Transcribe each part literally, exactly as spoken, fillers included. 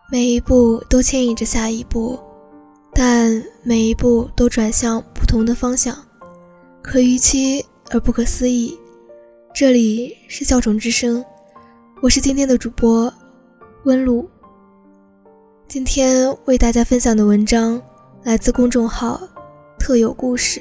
每一步都牵引着下一步，但每一步都转向不同的方向，可预期而不可思议。这里是笑宠之声，我是今天的主播温露。今天为大家分享的文章来自公众号特有故事。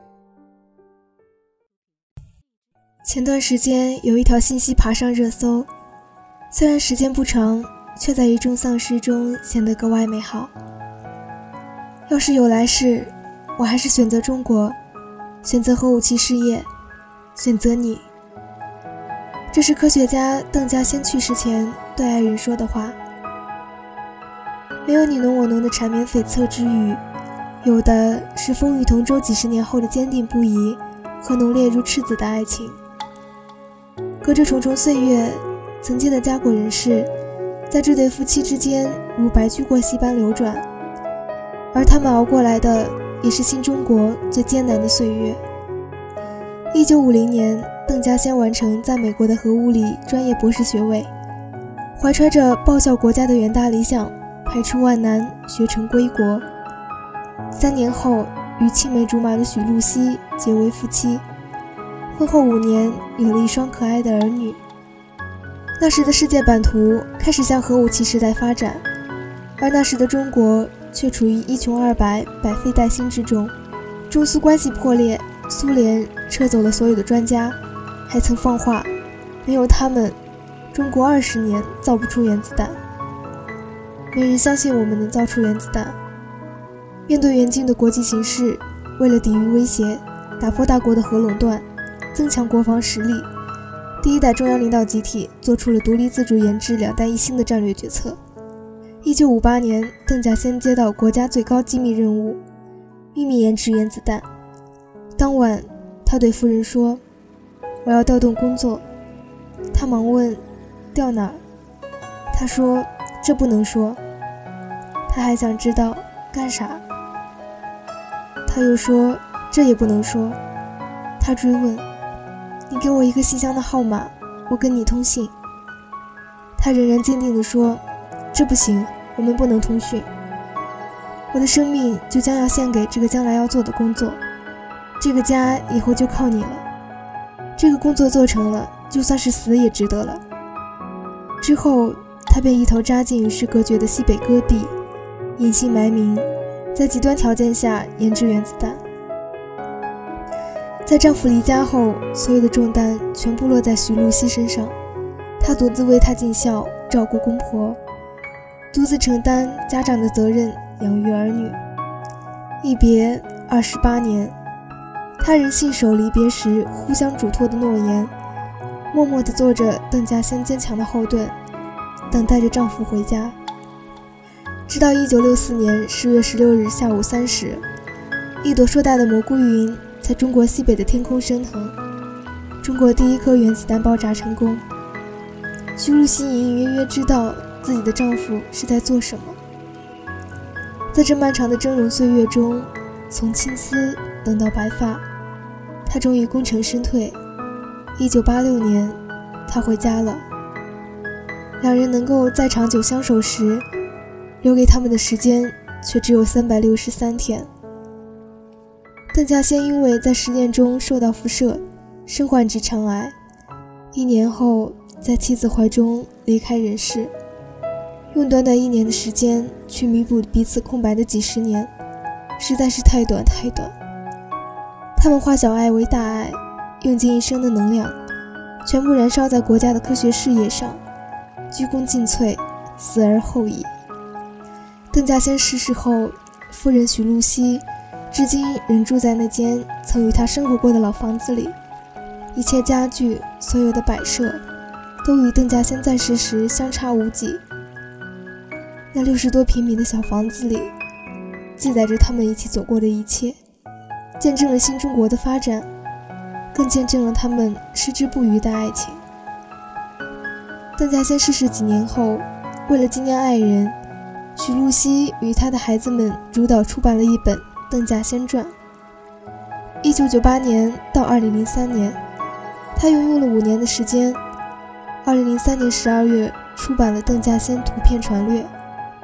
前段时间有一条信息爬上热搜，虽然时间不长，却在一众丧尸中显得格外美好。要是有来世，我还是选择中国，选择核武器事业，选择你。这是科学家邓稼先去世前对爱人说的话。没有你侬我侬的缠绵悱恻之语，有的是风雨同舟几十年后的坚定不移和浓烈如赤子的爱情。隔着重重岁月，曾经的家国人士在这对夫妻之间如白驹过隙般流转，而他们熬过来的也是新中国最艰难的岁月。一九五零年，邓稼先完成在美国的核物理专业博士学位，怀揣着报效国家的远大理想，排除万难学成归国。三年后，与青梅竹马的许露西结为夫妻，婚后五年有了一双可爱的儿女。那时的世界版图开始向核武器时代发展，而那时的中国却处于一穷二白、百废待兴之中。中苏关系破裂，苏联撤走了所有的专家，还曾放话，没有他们，中国二十年造不出原子弹。没人相信我们能造出原子弹。面对严峻的国际形势，为了抵御威胁，打破大国的核垄断，增强国防实力，第一代中央领导集体做出了独立自主研制两弹一星的战略决策。一九五八年，邓稼先接到国家最高机密任务，秘密研制原子弹。当晚，他对夫人说：“我要调动工作。”他忙问：“调哪儿？”他说：“这不能说。”他还想知道干啥。他又说：“这也不能说。”他追问：“你给我一个信箱的号码，我跟你通信。”他仍然坚定地说：“这不行，我们不能通讯。我的生命就将要献给这个将来要做的工作，这个家以后就靠你了。这个工作做成了，就算是死也值得了。”之后，他便一头扎进与世隔绝的西北戈地，隐姓埋名，在极端条件下研制原子弹。在丈夫离家后，所有的重担全部落在许露西身上，她独自为他尽孝，照顾公婆，独自承担家长的责任，养育儿女。一别二十八年，她仍信守离别时互相嘱托的诺言，默默地做着邓稼先坚强的后盾，等待着丈夫回家。直到一九六四年十月十六日下午三时，一朵硕大的蘑菇云在中国西北的天空升腾，中国第一颗原子弹爆炸成功。许露西隐隐约约知道自己的丈夫是在做什么。在这漫长的峥嵘岁月中，从青丝等到白发，她终于功成身退。一九八六年，她回家了。两人能够在长久相守时，留给他们的时间却只有三百六十三天。邓稼先因为在实验中受到辐射，身患直肠癌，一年后在妻子怀中离开人世。用短短一年的时间去弥补彼此空白的几十年，实在是太短太短。他们化小爱为大爱，用尽一生的能量，全部燃烧在国家的科学事业上，鞠躬尽瘁，死而后已。邓稼先逝世后，夫人许露西至今仍住在那间曾与他生活过的老房子里，一切家具，所有的摆设，都与邓稼先在世时相差无几。那六十多平米的小房子里，记载着他们一起走过的一切，见证了新中国的发展，更见证了他们矢志不渝的爱情。邓稼先逝世几年后，为了纪念爱人，许露西与他的孩子们主导出版了一本《邓稼先传》。一九九八年到二零零三年，他用用了五年的时间。二零零三年十二月出版了《邓稼先图片传略》，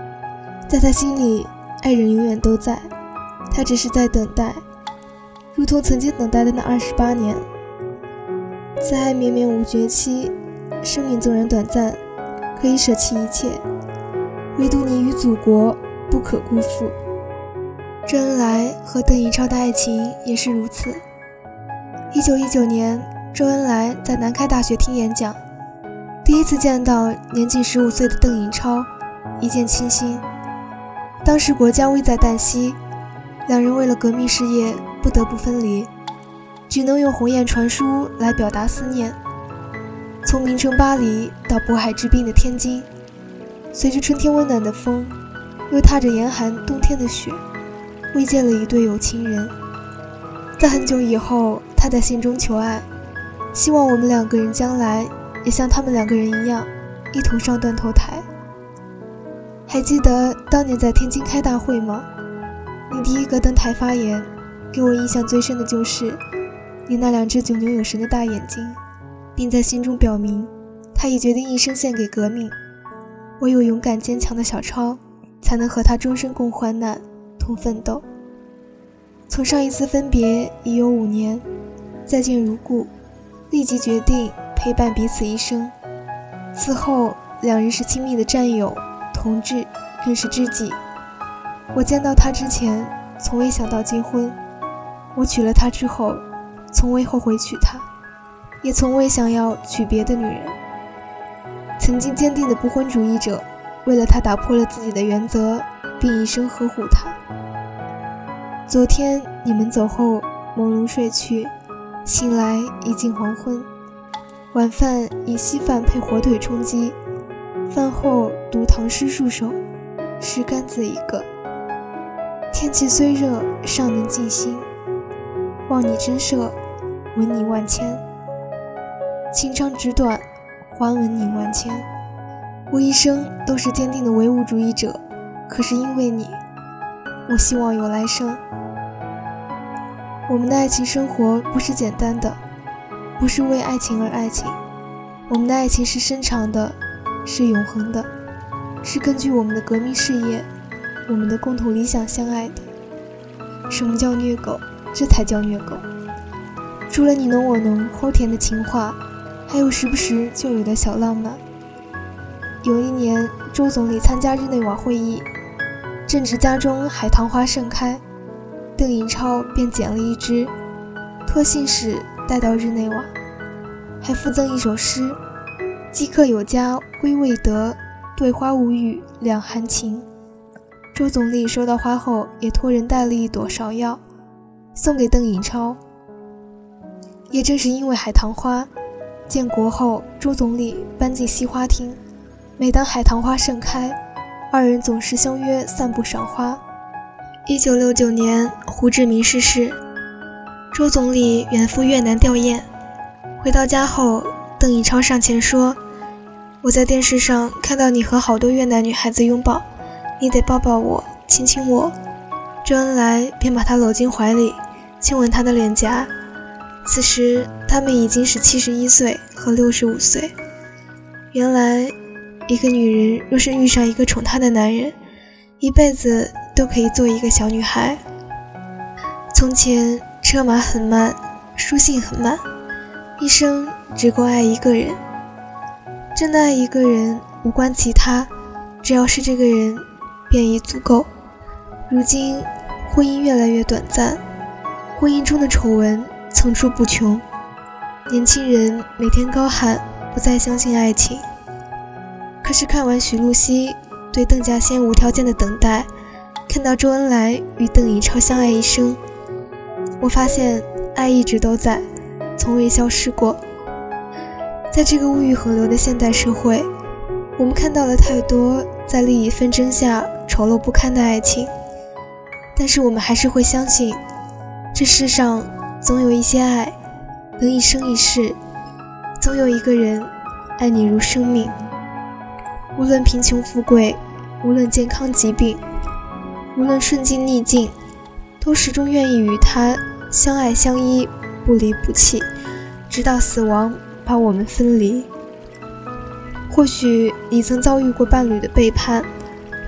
在他心里，爱人永远都在，他只是在等待，如同曾经等待的那二十八年。在爱绵绵无绝期，生命纵然短暂，可以舍弃一切，唯独你与祖国不可辜负。周恩来和邓颖超的爱情也是如此。一九一九年，周恩来在南开大学听演讲，第一次见到年仅十五岁的邓颖超，一见倾心。当时国家危在旦夕，两人为了革命事业不得不分离，只能用鸿雁传书来表达思念。从名城巴黎到渤海之滨的天津，随着春天温暖的风，又踏着严寒冬天的雪，慰藉了一对有情人。在很久以后，他在信中求爱，希望我们两个人将来也像他们两个人一样，一同上断头台。还记得当年在天津开大会吗？你第一个登台发言，给我印象最深的就是你那两只炯炯有神的大眼睛，并在信中表明他已决定一生献给革命，唯有勇敢坚强的小超才能和他终身共患难同奋斗。从上一次分别已有五年，再见如故，立即决定陪伴彼此一生。此后两人是亲密的战友、同志，更是知己。我见到他之前从未想到结婚，我娶了她之后从未后悔娶她，也从未想要娶别的女人。曾经坚定的不婚主义者，为了她打破了自己的原则，并一生呵护她。昨天你们走后朦胧睡去，醒来已近黄昏。晚饭以稀饭配火腿充饥，饭后读唐诗数首，诗干字一个。天气虽热，尚能静心，望你真摄，闻你万千。情长纸短，还闻你万千。我一生都是坚定的唯物主义者，可是因为你，我希望有来生。我们的爱情生活不是简单的，不是为爱情而爱情，我们的爱情是深长的，是永恒的，是根据我们的革命事业，我们的共同理想相爱的。什么叫虐狗？这才叫虐狗。除了你侬我侬齁甜的情话，还有时不时就有的小浪漫。有一年，周总理参加日内瓦会议，正值家中海棠花盛开，邓颖超便捡了一枝，托信使带到日内瓦，还附赠一首诗：饥客有家归未得，对花无语两含情。周总理收到花后，也托人带了一朵芍药送给邓颖超。也正是因为海棠花，建国后周总理搬进西花厅，每当海棠花盛开，二人总是相约散步赏花。一九六九年，胡志明逝世，周总理远赴越南吊唁，回到家后，邓颖超上前说：我在电视上看到你和好多越南女孩子拥抱，你得抱抱我，亲亲我。周恩来便把她搂进怀里，亲吻她的脸颊。此时他们已经是七十一岁和六十五岁。原来一个女人若是遇上一个宠她的男人，一辈子都可以做一个小女孩。从前车马很慢，书信很慢，一生只够爱一个人。真的爱一个人无关其他，只要是这个人便已足够。如今婚姻越来越短暂，婚姻中的丑闻层出不穷，年轻人每天高喊不再相信爱情。可是看完许露西对邓稼先无条件的等待，看到周恩来与邓颖超相爱一生，我发现爱一直都在，从未消失过。在这个物欲横流的现代社会，我们看到了太多在利益纷争下丑陋不堪的爱情，但是我们还是会相信，这世上总有一些爱能一生一世，总有一个人爱你如生命。无论贫穷富贵，无论健康疾病，无论顺境逆境，都始终愿意与他相爱相依，不离不弃，直到死亡把我们分离。或许你曾遭遇过伴侣的背叛，或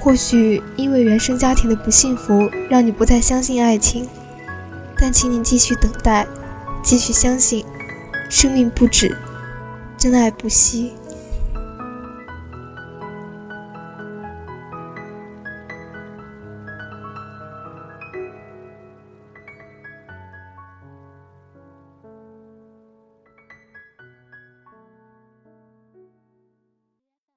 或许因为原生家庭的不幸福，让你不再相信爱情，但请你继续等待，继续相信，生命不止，真爱不息。